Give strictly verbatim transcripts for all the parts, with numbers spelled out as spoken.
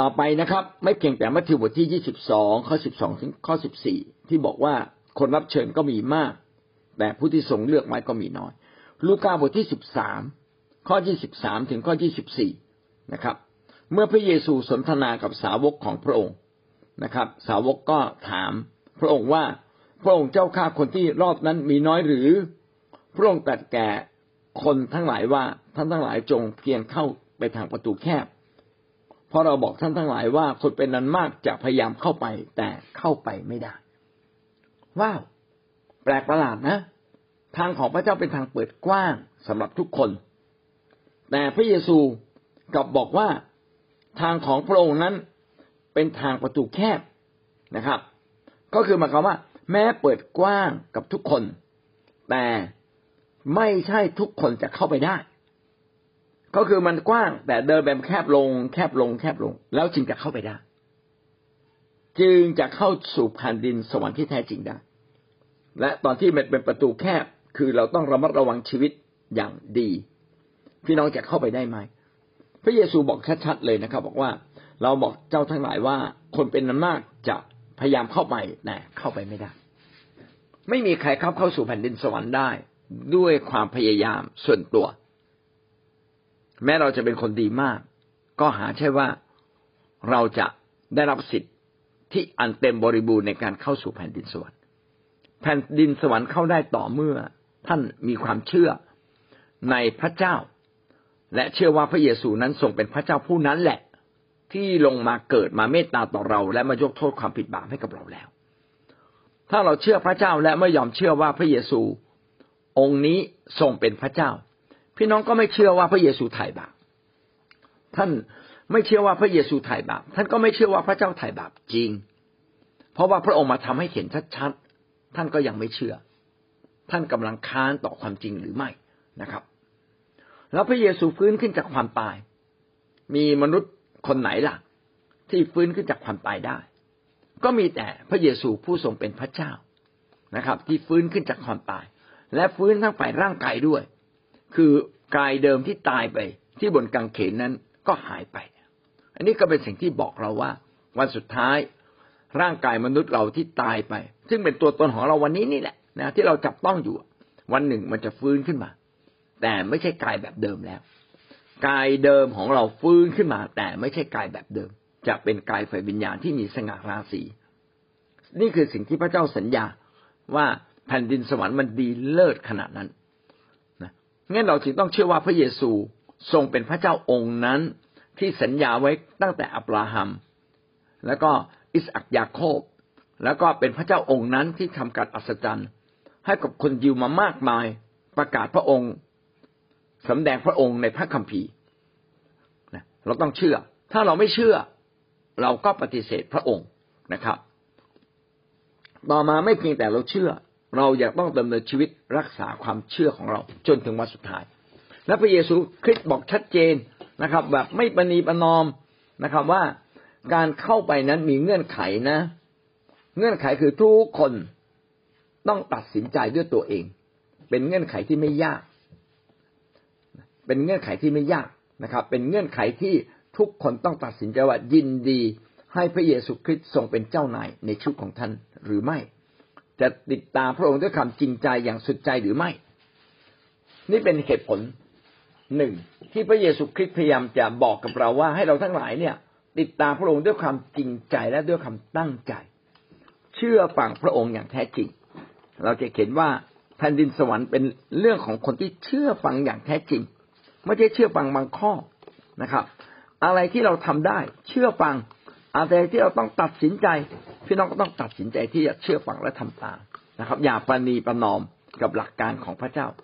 ต่อไปนะครับไม่เพียงแต่มัทธิวบทที่ยี่สิบสองข้อสิบสองถึงข้อสิบสี่ที่บอกว่าคนรับเชิญก็มีมากแต่ผู้ที่ทรงเลือกไว้ก็มีน้อยลูกาบทที่สิบสามข้อยี่สิบสามถึงข้อยี่สิบสี่นะครับเมื่อพระเยซูสนทนากับสาวกของพระองค์นะครับสาวกก็ถามพระองค์ว่าพระองค์เจ้าข้าคนที่รอดนั้นมีน้อยหรือพระองค์ตรัสแก่คนทั้งหลายว่าท่านทั้งหลายจงเพียงเข้าไปทางประตูแคบเพราะเราบอกท่านทั้งหลายว่าคนเป็นนั้นมากจะพยายามเข้าไปแต่เข้าไปไม่ได้ว้าวแปลกประหลาดนะทางของพระเจ้าเป็นทางเปิดกว้างสำหรับทุกคนแต่พระเยซูกลับบอกว่าทางของพระองค์นั้นเป็นทางประตูแคบนะครับก็คือหมายความว่าแม้เปิดกว้างกับทุกคนแต่ไม่ใช่ทุกคนจะเข้าไปได้ก็คือมันกว้างแต่เดินแบบแคบลงแคบลงแคบลงแล้วจึงจะเข้าไปได้จึงจะเข้าสู่แผ่นดินสวรรค์ที่แท้จริงได้และตอนที่มันเป็นประตูแคบคือเราต้องระมัดระวังชีวิตอย่างดีพี่น้องจะเข้าไปได้ไหมพระเยซูบอกชัดๆเลยนะครับบอกว่าเราบอกเจ้าทั้งหลายว่าคนเป็นนั้นมากจะพยายามเข้าไปแต่เข้าไปไม่ได้ไม่มีใครเข้าเข้าสู่แผ่นดินสวรรค์ได้ด้วยความพยายามส่วนตัวแม้เราจะเป็นคนดีมากก็หาใช่ว่าเราจะได้รับสิทธิ์ที่อันเต็มบริบูรณ์ในการเข้าสู่แผ่นดินสวรรค์แผ่นดินสวรรค์เข้าได้ต่อเมื่อท่านมีความเชื่อในพระเจ้าและเชื่อว่าพระเยซูนั้นทรงเป็นพระเจ้าผู้นั้นแหละที่ลงมาเกิดมาเมตตาต่อเราและมายกโทษความผิดบาปให้กับเราแล้วถ้าเราเชื่อพระเจ้าและไม่ยอมเชื่อว่าพระเยซูองค์นี้ทรงเป็นพระเจ้าพี่น้องก็ไม่เชื่อว่าพระเยซูไถ่บาปท่านไม่เชื่อว่าพระเยซูไถ่บาปท่านก็ไม่เชื่อว่าพระเจ้าไถ่บาปจริงเพราะว่าพระองค์มาทำให้เห็นชัดๆท่านก็ยังไม่เชื่อท่านกำลังค้านต่อความจริงหรือไม่นะครับแล้วพระเยซูฟื้นขึ้นจากความตายมีมนุษย์คนไหนล่ะที่ฟื้นขึ้นจากความตายได้ก็มีแต่พระเยซูผู้ทรงเป็นพระเจ้านะครับที่ฟื้นขึ้นจากความตายและฟื้นทั้งฝ่ายร่างกายด้วยคือกายเดิมที่ตายไปที่บนกางเขนนั้นก็หายไปอันนี้ก็เป็นสิ่งที่บอกเราว่าวันสุดท้ายร่างกายมนุษย์เราที่ตายไปซึ่งเป็นตัวตนของเราวันนี้นี่แหละนะที่เราจับต้องอยู่วันหนึ่งมันจะฟื้นขึ้นมาแต่ไม่ใช่กายแบบเดิมแล้วกายเดิมของเราฟื้นขึ้นมาแต่ไม่ใช่กายแบบเดิมจะเป็นกายฝ่ายวิญญาณที่มีสง่าราศีนี่คือสิ่งที่พระเจ้าสัญญาว่าแผ่นดินสวรรค์มันดีเลิศขนาดนั้นนะงั้นเราจึงต้องเชื่อว่าพระเยซูทรงเป็นพระเจ้าองค์นั้นที่สัญญาไว้ตั้งแต่อับราฮัมแล้วก็อิสอัคยาโคบแล้วก็เป็นพระเจ้าองค์นั้นที่ทำการอัศจรรย์ให้กับคนยิวมามากมายประกาศพระองค์สำแดงพระองค์ในพระคัมภีร์นะเราต้องเชื่อถ้าเราไม่เชื่อเราก็ปฏิเสธพระองค์นะครับต่อมาไม่เพียงแต่เราเชื่อเราอยากต้องดำเนินชีวิตรักษาความเชื่อของเราจนถึงวันสุดท้ายและพระเยซูคริสต์บอกชัดเจนนะครับแบบไม่ประนีประนอมนะครับว่าการเข้าไปนั้นมีเงื่อนไขนะเงื่อนไขคือทุกคนต้องตัดสินใจด้วยตัวเองเป็นเงื่อนไขที่ไม่ยากเป็นเงื่อนไขที่ไม่ยากนะครับเป็นเงื่อนไขที่ทุกคนต้องตัดสินใจว่ายินดีให้พระเยซูคริสต์ทรงเป็นเจ้านายในชีวิตของท่านหรือไม่จะติดตามพระองค์ด้วยความจริงใจอย่างสุดใจหรือไม่นี่เป็นเหตุผลหนึ่งที่พระเยซูคริสต์พยายามจะบอกกับเราว่าให้เราทั้งหลายเนี่ยติดตามพระองค์ด้วยความจริงใจและด้วยความตั้งใจเชื่อฟังพระองค์อย่างแท้จริงเราจะเห็นว่าแผ่นดินสวรรค์เป็นเรื่องของคนที่เชื่อฟังอย่างแท้จริงไม่ใช่เชื่อฟังบางข้อนะครับอะไรที่เราทำได้เชื่อฟังอะไรที่เราต้องตัดสินใจพี่น้องก็ต้องตัดสินใจที่จะเชื่อฟังและทำตามนะครับอย่าประนีประนอมกับหลักการของพระเจ้า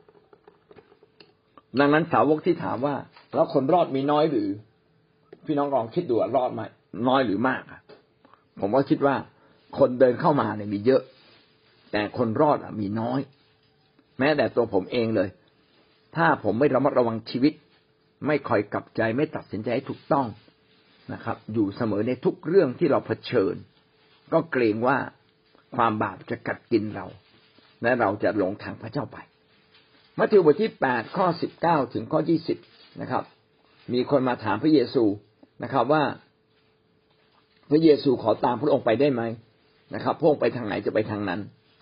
ดังนั้นสาวกที่ถามว่าแล้วคนรอดมีน้อยหรือพี่น้องลองคิดดูว่ารอดไหมน้อยหรือมากผมก็คิดว่าคนเดินเข้ามาเนี่ยมีเยอะแต่คนรอดมีน้อยแม้แต่ตัวผมเองเลยถ้าผมไม่ระมัดระวังชีวิตไม่คอยกลับใจไม่ตัดสินใจให้ถูกต้องนะครับอยู่เสมอในทุกเรื่องที่เราเผชิญก็เกรงว่าความบาปจะกัดกินเราและเราจะหลงทางพระเจ้าไปมัทธิวบทที่แปดข้อสิบเก้าถึงข้อยี่สิบนะครับมีคนมาถามพระเยซูนะครับว่าพระเยซูขอตามพระองค์ไปได้ไหมนะครับพระองค์ไปทางไหนจะไปทางนั้น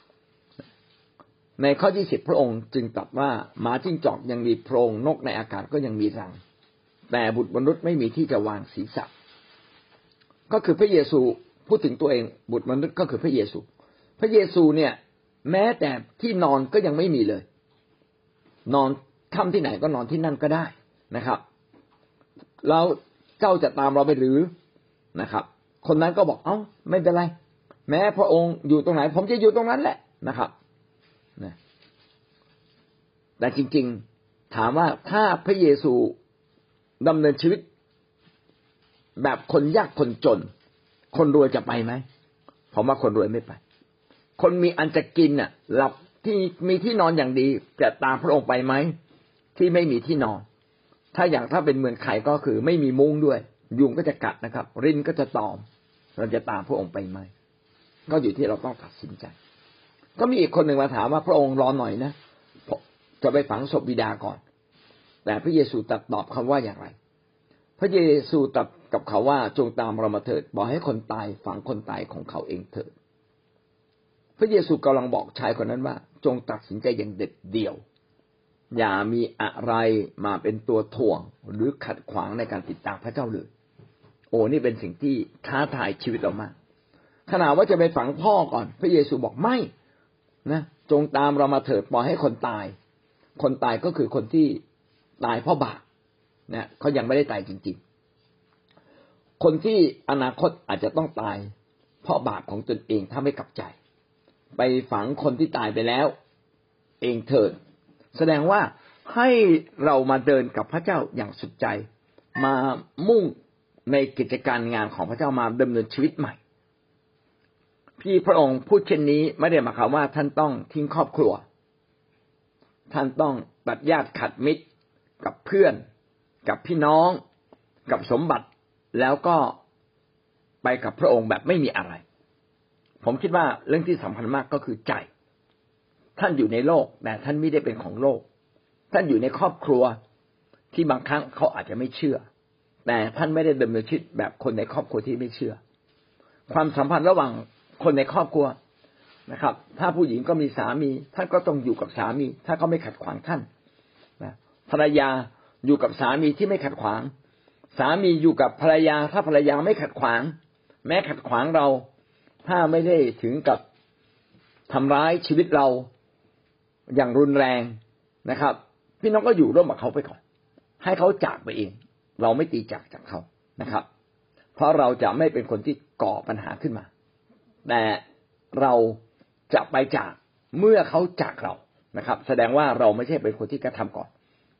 ในข้อที่สิบพระองค์จึงตรัสว่าหมาจิ้งจอกยังมีโพรงนกในอากาศก็ยังมีรังแต่บุตรมนุษย์ไม่มีที่จะวางศีรษะก็คือพระเยซูพูดถึงตัวเองบุตรมนุษย์ก็คือพระเยซูพระเยซูเนี่ยแม้แต่ที่นอนก็ยังไม่มีเลยนอนค่ำที่ไหนก็นอนที่นั่นก็ได้นะครับแล้วเจ้าจะตามเราไปหรือนะครับคนนั้นก็บอกเอ้าไม่เป็นไรแม้พระองค์อยู่ตรงไหนผมจะอยู่ตรงนั้นแหละนะครับนะแต่จริงๆถามว่าถ้าพระเยซูดำเนินชีวิตแบบคนยากคนจนคนรวยจะไปไหมผมว่าคนรวยไม่ไปคนมีอันจะกินน่ะหลับที่มีที่นอนอย่างดีจะตามพระองค์ไปไหมที่ไม่มีที่นอนถ้าอย่างถ้าเป็นเมืองไข่ก็คือไม่มีมุ้งด้วยยุงก็จะกัดนะครับริ้นก็จะตอมเราจะตามพระองค์ไปไหมก็อยู่ที่เราต้องตัดสินใจก็มีอีกคนหนึ่งมาถามว่าพระองค์รอหน่อยนะจะไปฝังศพบิดาก่อนแต่พระเยซูตรัสตอบคำว่าอย่างไรพระเยซูตรัสกับเขาว่าจงตามเรามาเถิดบอกให้คนตายฝังคนตายของเขาเองเถิดพระเยซูกำลังบอกชายคนนั้นว่าจงตัดสินใจอย่างเด็ดเดี่ยวอย่ามีอะไรมาเป็นตัวถ่วงหรือขัดขวางในการติดตามพระเจ้าเลยโอ้นี่เป็นสิ่งที่ท้าทายชีวิตเรามากขนาดว่าจะไปฝังพ่อก่อนพระเยซูบอกไม่นะจงตามเรามาเถิดปล่อยให้คนตายคนตายก็คือคนที่ตายเพราะบาปนะเขายังไม่ได้ตายจริงๆคนที่อนาคตอาจจะต้องตายเพราะบาปของตนเองถ้าไม่กลับใจไปฝังคนที่ตายไปแล้วเองเถิดแสดงว่าให้เรามาเดินกับพระเจ้าอย่างสุดใจมามุ่งในกิจการงานของพระเจ้ามาดำเนินชีวิตใหม่พี่พระองค์พูดเช่นนี้ไม่ได้หมายความว่าท่านต้องทิ้งครอบครัวท่านต้องตัดญาติขัดมิตรกับเพื่อนกับพี่น้องกับสมบัติแล้วก็ไปกับพระองค์แบบไม่มีอะไรผมคิดว่าเรื่องที่สำคัญมากก็คือใจท่านอยู่ในโลกแต่ท่านไม่ได้เป็นของโลกท่านอยู่ในครอบครัวที่บางครั้งเขาอาจจะไม่เชื่อแต่ท่านไม่ได้ดำเนินชีวิตแบบคนในครอบครัวที่ไม่เชื่อความสัมพันธ์ระหว่างคนในครอบครัวนะครับถ้าผู้หญิงก็มีสามีท่านก็ต้องอยู่กับสามีถ้าเขาไม่ขัดขวางท่านนะภรรยาอยู่กับสามีที่ไม่ขัดขวางสามีอยู่กับภรรยาถ้าภรรยาไม่ขัดขวางแม้ขัดขวางเราถ้าไม่ได้ถึงกับทำร้ายชีวิตเราอย่างรุนแรงนะครับพี่น้องก็อยู่ร่วมกับเขาไปก่อนให้เขาจากไปเองเราไม่ตีจากจากเขานะครับเพราะเราจะไม่เป็นคนที่ก่อปัญหาขึ้นมาแต่เราจะไปจากเมื่อเขาจากเรานะครับแสดงว่าเราไม่ใช่เป็นคนที่กระทำก่อน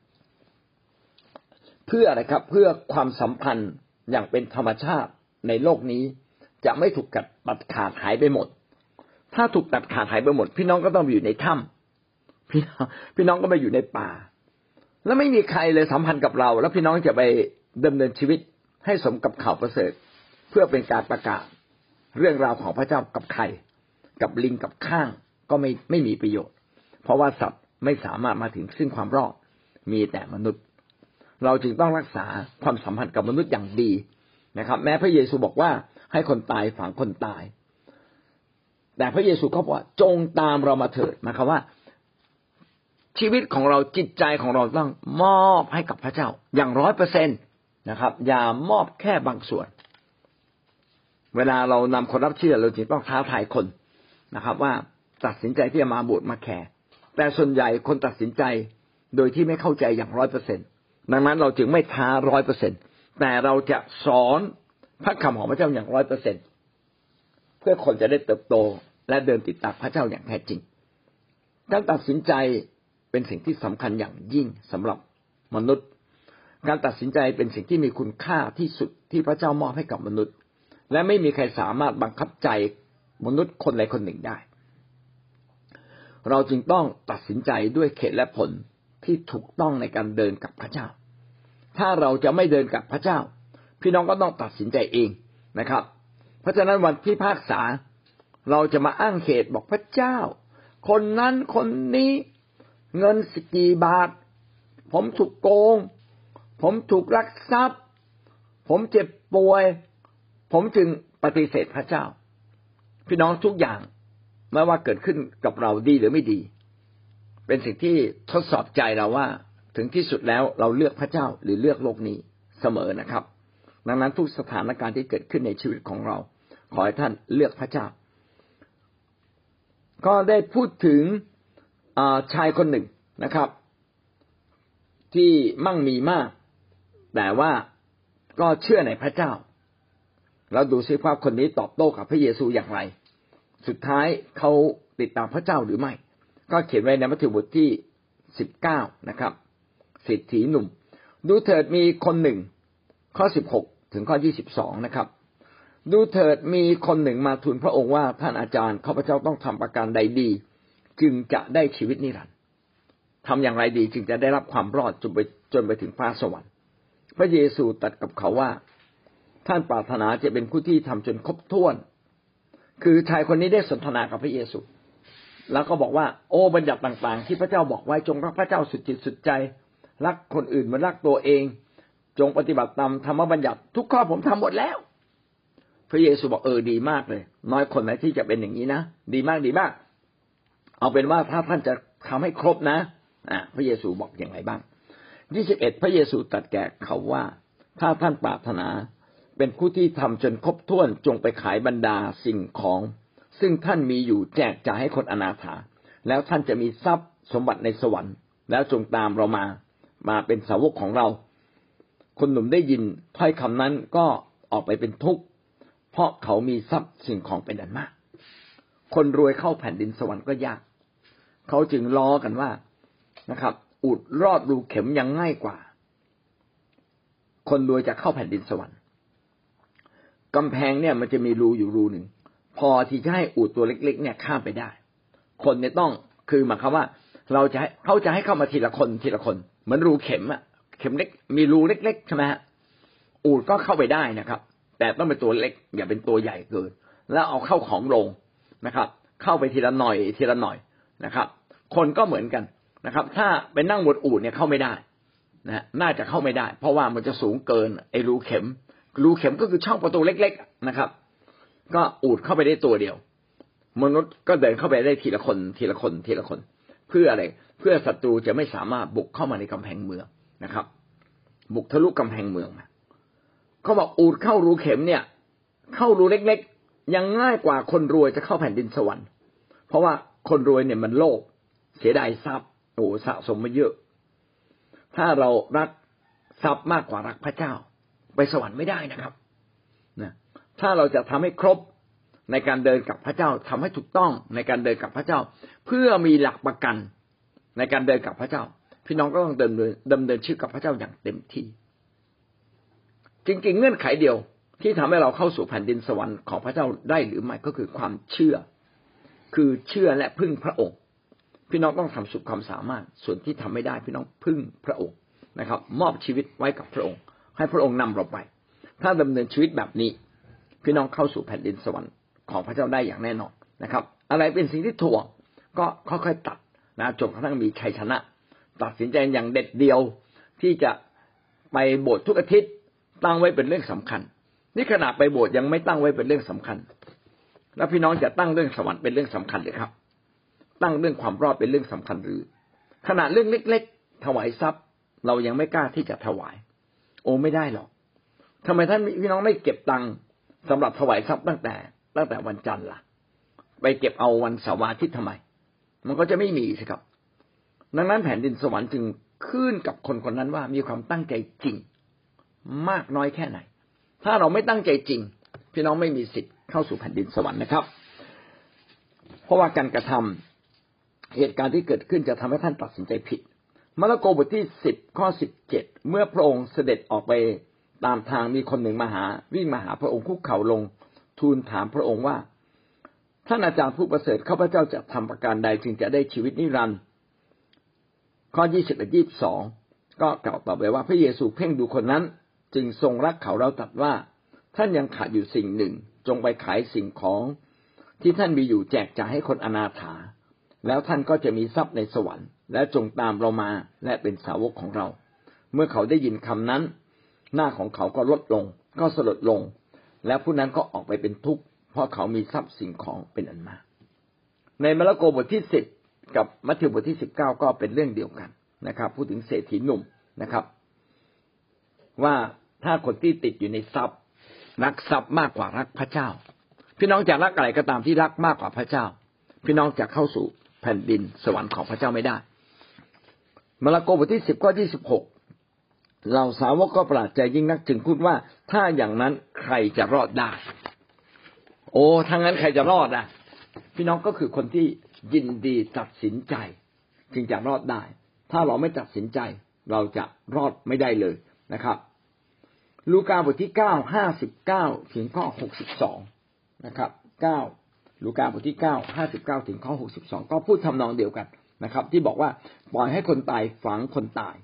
เพื่ออะไรครับเพื่อความสัมพันธ์อย่างเป็นธรรมชาติในโลกนี้จะไม่ถูกตัดขาดหายไปหมดถ้าถูกตัดขาดหายไปหมดพี่น้องก็ต้องไปอยู่ในถ้ำพี่น้องพี่น้องก็ไปอยู่ในป่าแล้วไม่มีใครเลยสัมพันธ์กับเราแล้วพี่น้องจะไปดำเนินชีวิตให้สมกับข่าวประเสริฐเพื่อเป็นการประกาศเรื่องราวของพระเจ้ากับใครกับลิงกับข้างก็ไม่ไม่มีประโยชน์เพราะว่าสัตว์ไม่สามารถมาถึงซึ่งความรอดมีแต่มนุษย์เราจึงต้องรักษาความสัมพันธ์กับมนุษย์อย่างดีนะครับแม้พระเยซูบอกว่าให้คนตายฝังคนตายแต่พระเยซูก็บอกว่าจงตามเรามาเถิดหมายความว่าชีวิตของเราจิตใจของเราต้องมอบให้กับพระเจ้าอย่างร้อยเปอร์เซ็นต์นะครับอย่ามอบแค่บางส่วนเวลาเรานำคนรับเชื่อเราจึงต้องท้าทายคนนะครับว่าตัดสินใจที่จะมาโบสถ์มาแคร์แต่ส่วนใหญ่คนตัดสินใจโดยที่ไม่เข้าใจอย่างร้อยเปอร์เซ็นต์ดังนั้นเราจึงไม่ท้าร้อยเปอร์เซ็นต์แต่เราจะสอนพระคำของพระเจ้าอย่างร้อยเปอร์เซ็นต์เพื่อคนจะได้เติบโตและเดินติดตามพระเจ้าอย่างแท้จริงการตัดสินใจเป็นสิ่งที่สำคัญอย่างยิ่งสำหรับมนุษย์การตัดสินใจเป็นสิ่งที่มีคุณค่าที่สุดที่พระเจ้ามอบให้กับมนุษย์และไม่มีใครสามารถบังคับใจมนุษย์คนใดคนหนึ่งได้เราจึงต้องตัดสินใจด้วยเหตุและผลที่ถูกต้องในการเดินกับพระเจ้าถ้าเราจะไม่เดินกับพระเจ้าพี่น้องก็ต้องตัดสินใจเองนะครับเพราะฉะนั้นวันพิพากษาเราจะมาอ้างเหตุบอกพระเจ้าคนนั้นคนนี้เงินสิกี่บาทผมถูกโกงผมถูกลักทรัพย์ผมเจ็บป่วยผมจึงปฏิเสธพระเจ้าพี่น้องทุกอย่างไม่ว่าเกิดขึ้นกับเราดีหรือไม่ดีเป็นสิ่งที่ทดสอบใจเราว่าถึงที่สุดแล้วเราเลือกพระเจ้าหรือเลือกโลกนี้เสมอนะครับดังนั้นทุกสถานการณ์ที่เกิดขึ้นในชีวิตของเราขอให้ท่านเลือกพระเจ้าก็ได้พูดถึงชายคนหนึ่งนะครับที่มั่งมีมากแต่ว่าก็เชื่อในพระเจ้าเราดูซิว่าคนนี้ตอบโต้กับพระเยซูอย่างไรสุดท้ายเขาติดตามพระเจ้าหรือไม่ก็เขียนไว้ในมัทธิวบทที่สิบเก้านะครับเศรษฐีหนุ่มดูเถิดมีคนหนึ่งข้อสิบหกถึงข้อยี่สิบสองนะครับดูเถิดมีคนหนึ่งมาทูลพระองค์ว่าท่านอาจารย์ข้าพเจ้าต้องทำประการใดดีจึงจะได้ชีวิตนิรันดร์ทำอย่างไรดีจึงจะได้รับความรอดจนไปจนไปถึงฟ้าสวรรค์พระเยซูตรัสกับเขาว่าท่านปรารถนาจะเป็นผู้ที่ทำจนครบถ้วนคือชายคนนี้ได้สนทนากับพระเยซูแล้วก็บอกว่าโอ้บัญญัติต่างๆที่พระเจ้าบอกไว้จงรักพระเจ้าสุดจิตสุดใจรักคนอื่นเหมือนรักตัวเองจงปฏิบัติตามธรรมบัญญัติทุกข้อผมทำหมดแล้วพระเยซูบอกเออดีมากเลยน้อยคนไหนที่จะเป็นอย่างนี้นะดีมากดีมากเอาเป็นว่าถ้าท่านจะทำให้ครบนะอ่ะพระเยซูบอกอย่างไรบ้างยี่สิบเอ็ดพระเยซูตรัสแก่เขาว่าถ้าท่านปรารถนาเป็นผู้ที่ทำจนครบถ้วนจงไปขายบรรดาสิ่งของซึ่งท่านมีอยู่แจกจ่ายให้คนอนาถาแล้วท่านจะมีทรัพย์สมบัติในสวรรค์แล้วจงตามเรามามาเป็นสาวกของเราคนหนุ่มได้ยินถ้อยคำนั้นก็ออกไปเป็นทุกข์เพราะเขามีทรัพย์สิ่งของเป็นอันมากคนรวยเข้าแผ่นดินสวรรค์ก็ยากเขาจึงล้อกันว่านะครับอุดรอดรูเข็มยังง่ายกว่าคนรวยจะเข้าแผ่นดินสวรรค์กำแพงเนี่ยมันจะมีรูอยู่รูหนึ่งพอที่จะให้อูฐตัวเล็กๆเนี่ยข้ามไปได้คนเนี่ยต้องคือหมายความว่าเราจะให้เขาจะให้เข้ามาทีละคนทีละคนเหมือนรูเข็มอะเข็มเล็กมีรูเล็กๆใช่ไหมฮะอูฐก็เข้าไปได้นะครับแต่ต้องเป็นตัวเล็กอย่าเป็นตัวใหญ่เกินแล้วเอาเข้าของลงนะครับเข้าไปทีละหน่อยทีละหน่อยนะครับคนก็เหมือนกันนะครับถ้าไปนั่งบนอูฐเนี่ยเข้าไม่ได้นะน่าจะเข้าไม่ได้เพราะว่ามันจะสูงเกินไอ้รูเข็มรูเข็มก็คือช่องประตูเล็กๆนะครับก็อูฐเข้าไปได้ตัวเดียวมนุษย์ก็เดินเข้าไปได้ทีละคนทีละคนทีละคนเพื่ออะไรเพื่อศัตรูจะไม่สามารถบุกเข้ามาในกำแพงเมืองนะครับบุกทะลุกำแพงเมืองมาเขาบอกอูฐเข้ารูเข็มเนี่ยเข้ารูเล็กๆยังง่ายกว่าคนรวยจะเข้าแผ่นดินสวรรค์เพราะว่าคนรวยเนี่ยมันโลภเสียดายทรัพย์โอ้สะสมมาเยอะถ้าเรารักทรัพย์มากกว่ารักพระเจ้าไปสวรรค์ไม่ได้นะครับนะถ้าเราจะทำให้ครบในการเดินกับพระเจ้าทำให้ถูกต้องในการเดินกับพระเจ้าเพื่อมีหลักประกันในการเดินกับพระเจ้าพี่น้องก็ต้องเดินดำเนินชีวิตกับพระเจ้าอย่างเต็มที่จริงๆเงื่อนไขเดียวที่ทำให้เราเข้าสู่แผ่นดินสวรรค์ของพระเจ้าได้หรือไม่ก็คือความเชื่อคือเชื่อและพึ่งพระองค์พี่น้องต้องทำสุดความสามารถส่วนที่ทำไม่ได้พี่น้องพึ่งพระองค์นะครับมอบชีวิตไว้กับพระองค์ให้พระองค์นำเราไปถ้าดำเนินชีวิตแบบนี้พี่น้องเข้าสู่แผ่นดินสวรรค์ของพระเจ้าได้อย่างแน่นอนนะครับอะไรเป็นสิ่งที่ถ่วงก็ค่อยๆตัดนะจนกระทั่งมีชัยชนะตัดสินใจอย่างเด็ดเดียวที่จะไปโบสถ์ทุกอาทิตย์ตั้งไว้เป็นเรื่องสำคัญนี่ขณะไปโบสถ์ยังไม่ตั้งไว้เป็นเรื่องสำคัญแล้วพี่น้องจะตั้งเรื่องสวรรค์เป็นเรื่องสำคัญหรือครับตั้งเรื่องความรอดเป็นเรื่องสำคัญหรือขณะเรื่องเล็กๆถวายทรัพย์เรายังไม่กล้าที่จะถวายโอ้ไม่ได้หรอกทำไมท่านพี่น้องไม่เก็บตังค์สำหรับถวายทรัพย์ตั้งแต่ตั้งแต่วันจันทร์ล่ะไปเก็บเอาวันเสาร์อาทิตย์ทำไมมันก็จะไม่มีสิครับดังนั้นแผ่นดินสวรรค์จึงขึ้นกับคนคนนั้นว่ามีความตั้งใจจริงมากน้อยแค่ไหนถ้าเราไม่ตั้งใจจริงพี่น้องไม่มีสิทธิ์เข้าสู่แผ่นดินสวรรค์นะครับเพราะว่าการกระทำเหตุการณ์ที่เกิดขึ้นจะทำให้ท่านตัดสินใจผิดมาระโกบทที่สิบข้อสิบเจ็ดเมื่อพระองค์เสด็จออกไปตามทางมีคนหนึ่งมาหาวิ่งมาหาพระองค์คุกเข่าลงทูลถามพระองค์ว่าท่านอาจารย์ผู้ประเสริฐข้าพเจ้าจะทำประการใดจึงจะได้ชีวิตนิรันดร์ข้อยี่สิบเอ็ด ยี่สิบสองก็กล่าวต่อไปว่าพระเยซูเพ่งดูคนนั้นจึงทรงรักเขาแล้วตรัสว่าท่านยังขาดอยู่สิ่งหนึ่งจงไปขายสิ่งของที่ท่านมีอยู่แจกจ่ายให้คนอนาถาแล้วท่านก็จะมีทรัพย์ในสวรรค์และจงตามเรามาและเป็นสาวกของเราเมื่อเขาได้ยินคำนั้นหน้าของเขาก็ลดลงก็สลดลงแล้วผู้นั้นก็ออกไปเป็นทุกข์เพราะเขามีทรัพย์สิ่งของเป็นอันมากในมาระโกบทที่สิบกับมัทธิวบทที่สิบเก้าก็เป็นเรื่องเดียวกันนะครับพูดถึงเศรษฐีหนุ่มนะครับว่าถ้าคนที่ติดอยู่ในทรัพย์รักทรัพย์มากกว่ารักพระเจ้าพี่น้องจะรักอะไรก็ตามที่รักมากกว่าพระเจ้าพี่น้องจะเข้าสู่แผ่นดินสวรรค์ของพระเจ้าไม่ได้มาระโกบทที่สิบข้อที่สิบหกเหล่าสาวกก็ประหลาดใจยิ่งนักจึงพูดว่าถ้าอย่างนั้นใครจะรอดได้โอ้ถ้างั้นใครจะรอดอ่ะพี่น้องก็คือคนที่ยินดีตัดสินใจจึงจะรอดได้ถ้าเราไม่ตัดสินใจเราจะรอดไม่ได้เลยนะครับลูกาบทที่เก้า ห้าสิบเก้าถึงข้อหกสิบสองนะครับเก้าลูกาบทที่เก้า ห้าสิบเก้าถึงข้อหกสิบสองก็พูดทำนองเดียวกันนะครับที่บอกว่าปล่อยให้คนตายฝังคนตาย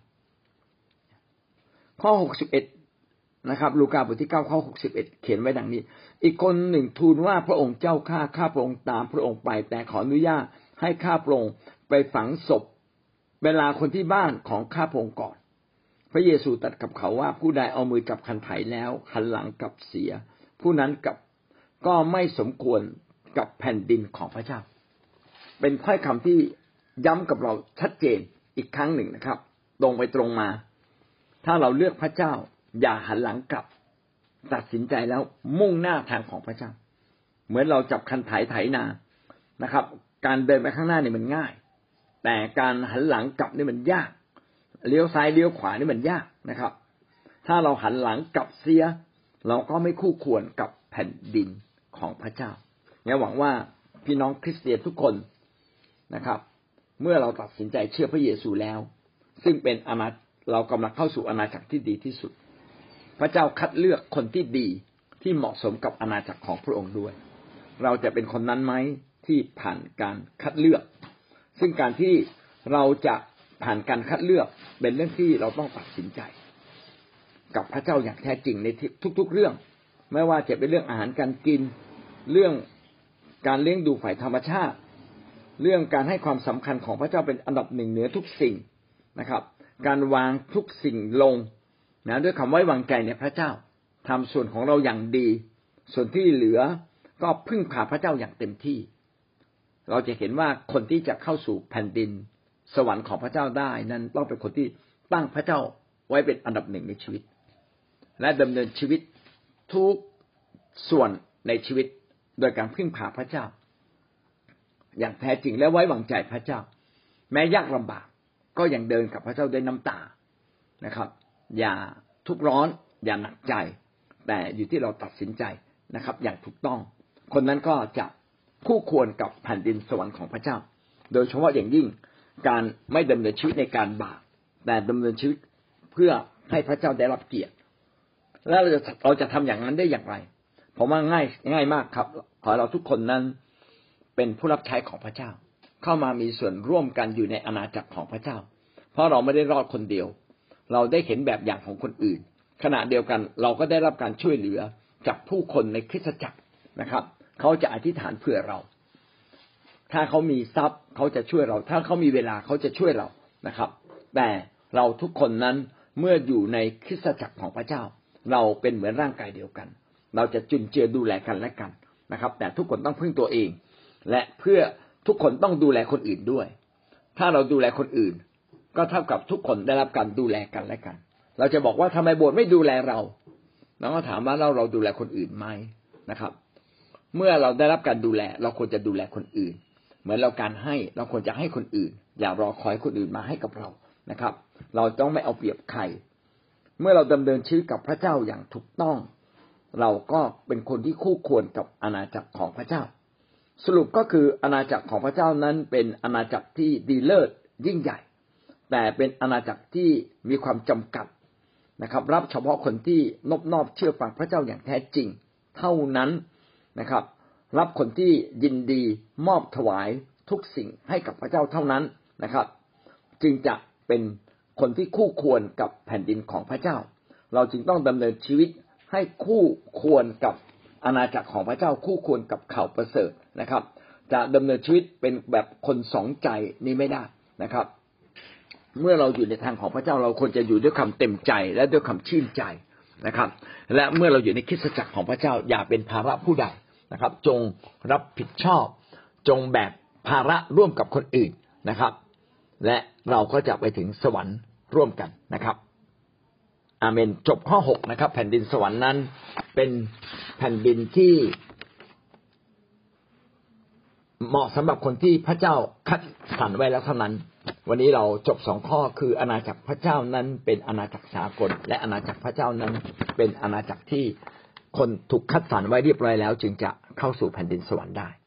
ข้อหกสิบเอ็ดนะครับลูกาบทที่เก้าข้อหกสิบเอ็ดเขียนไว้ดังนี้อีกคนหนึ่งทูลว่าพระองค์เจ้าข้าข้าพระองค์ตามพระองค์ไปแต่ขออนุญาตให้ข้าพระองค์ไปฝังศพเวลาคนที่บ้านของข้าพระองค์ก่อนพระเยซูตรัสกับเขาว่าผู้ใดเอามือจับคันไถแล้วหันหลังกลับเสียผู้นั้นกับก็ไม่สมควรกับแผ่นดินของพระเจ้าเป็นถ้อยคำที่ย้ำกับเราชัดเจนอีกครั้งหนึ่งนะครับตรงไปตรงมาถ้าเราเลือกพระเจ้าอย่าหันหลังกลับตัดสินใจแล้วมุ่งหน้าทางของพระเจ้าเหมือนเราจับคันไถไถนานะครับการเดินไปข้างหน้านี่มันง่ายแต่การหันหลังกลับนี่มันยากเลี้ยวซ้ายเลี้ยวขวานี่มันยากนะครับถ้าเราหันหลังกลับเสียเราก็ไม่คู่ควรกับแผ่นดินของพระเจ้าเนี่ยหวังว่าพี่น้องคริสเตียนทุกคนนะครับเมื่อเราตัดสินใจเชื่อพระเยซูแล้วซึ่งเป็นอาณาเรากำลังเข้าสู่อาณาจักรที่ดีที่สุดพระเจ้าคัดเลือกคนที่ดีที่เหมาะสมกับอาณาจักรของพระองค์ด้วยเราจะเป็นคนนั้นไหมที่ผ่านการคัดเลือกซึ่งการที่เราจะผ่านการคัดเลือกเป็นเรื่องที่เราต้องตัดสินใจกับพระเจ้าอย่างแท้จริงในทุกๆเรื่องไม่ว่าจะเป็นเรื่องอาหารการกินเรื่องการเลี้ยงดูฝ่ายธรรมชาติเรื่องการให้ความสำคัญของพระเจ้าเป็นอันดับหนึ่งเหนือทุกสิ่งนะครับการวางทุกสิ่งลงนะด้วยคำไว้วางใจในพระเจ้าทำส่วนของเราอย่างดีส่วนที่เหลือก็พึ่งพาพระเจ้าอย่างเต็มที่เราจะเห็นว่าคนที่จะเข้าสู่แผ่นดินสวรรค์ของพระเจ้าได้นั้นต้องเป็นคนที่ตั้งพระเจ้าไว้เป็นอันดับหนึ่งในชีวิตและดำเนินชีวิตทุกส่วนในชีวิตโดยการพึ่งพาพระเจ้าอย่างแท้จริงและไว้วางใจพระเจ้าแม้ยากลำบากก็ยังเดินกับพระเจ้าด้วยน้ำตานะครับอย่าทุกข์ร้อนอย่าหนักใจแต่อยู่ที่เราตัดสินใจนะครับอย่างถูกต้องคนนั้นก็จะคู่ควรกับแผ่นดินสวรรค์ของพระเจ้าโดยเฉพาะอย่างยิ่งการไม่ดำเนินชีวิตในการบาปแต่ดำเนินชีวิตเพื่อให้พระเจ้าได้รับเกียรติแล้วเราจะเราจะทำอย่างนั้นได้อย่างไรผมว่าง่ายง่ายมากครับขอเราทุกคนนั้นเป็นผู้รับใช้ของพระเจ้าเข้ามามีส่วนร่วมกันอยู่ในอาณาจักรของพระเจ้าเพราะเราไม่ได้รอดคนเดียวเราได้เห็นแบบอย่างของคนอื่นขณะเดียวกันเราก็ได้รับการช่วยเหลือจากผู้คนในคริสตจักรนะครับเขาจะอธิษฐานเพื่อเราถ้าเขามีทรัพย์เขาจะช่วยเราถ้าเขามีเวลาเขาจะช่วยเรานะครับแต่เราทุกคนนั้นเมื่ออยู่ในคริสตจักรของพระเจ้าเราเป็นเหมือนร่างกายเดียวกันเราจะจุนเจือดูแลกันและกันนะครับแต่ทุกคนต้องพึ่งตัวเองและเพื่อทุกคนต้องดูแลคนอื่นด้วยถ้าเราดูแลคนอื่นก็เท่ากับทุกคนได้รับการดูแลกันและกันเราจะบอกว่าทำไมโบสถ์ไม่ดูแลเราเราก็ถามว่าเราเราดูแลคนอื่นไหมนะครับเมื่อเราได้รับการดูแลเราควรจะดูแลคนอื่นเหมือนเราการให้เราควรจะให้คนอื่นอย่ารอคอยคนอื่นมาให้กับเรานะครับเราต้องไม่เอาเปรียบใครเมื่อเราดำเนินชีวิตกับพระเจ้าอย่างถูกต้องเราก็เป็นคนที่คู่ควรกับอาณาจักรของพระเจ้าสรุปก็คืออาณาจักรของพระเจ้านั้นเป็นอาณาจักรที่ดีเลิศยิ่งใหญ่แต่เป็นอาณาจักรที่มีความจำกัดนะครับรับเฉพาะคนที่นอบนอบเชื่อฟังพระเจ้าอย่างแท้จริงเท่านั้นนะครับรับคนที่ยินดีมอบถวายทุกสิ่งให้กับพระเจ้าเท่านั้นนะครับจึงจะเป็นคนที่คู่ควรกับแผ่นดินของพระเจ้าเราจึงต้องดำเนินชีวิตให้คู่ควรกับอาณาจักรของพระเจ้าคู่ควรกับข่าวประเสริฐนะครับจะดำเนินชีวิตเป็นแบบคนสองใจนี้ไม่ได้นะครับเมื่อเราอยู่ในทางของพระเจ้าเราควรจะอยู่ด้วยความเต็มใจและด้วยความชื่นใจนะครับและเมื่อเราอยู่ในคริสตจักรของพระเจ้าอย่าเป็นภาระผู้ใดนะครับจงรับผิดชอบจงแบกภาระร่วมกับคนอื่นนะครับและเราก็จะไปถึงสวรรค์ร่วมกันนะครับอาเมนจบข้อหกนะครับแผ่นดินสวรรค์นั้นเป็นแผ่นดินที่เหมาะสำหรับคนที่พระเจ้าคัดสรรไว้แล้วเท่านั้นวันนี้เราจบสองข้อคืออาณาจักรพระเจ้านั้นเป็นอาณาจักรสากลและอาณาจักรพระเจ้านั้นเป็นอาณาจักรที่คนถูกคัดสรรไว้เรียบร้อยแล้วจึงจะเข้าสู่แผ่นดินสวรรค์ได้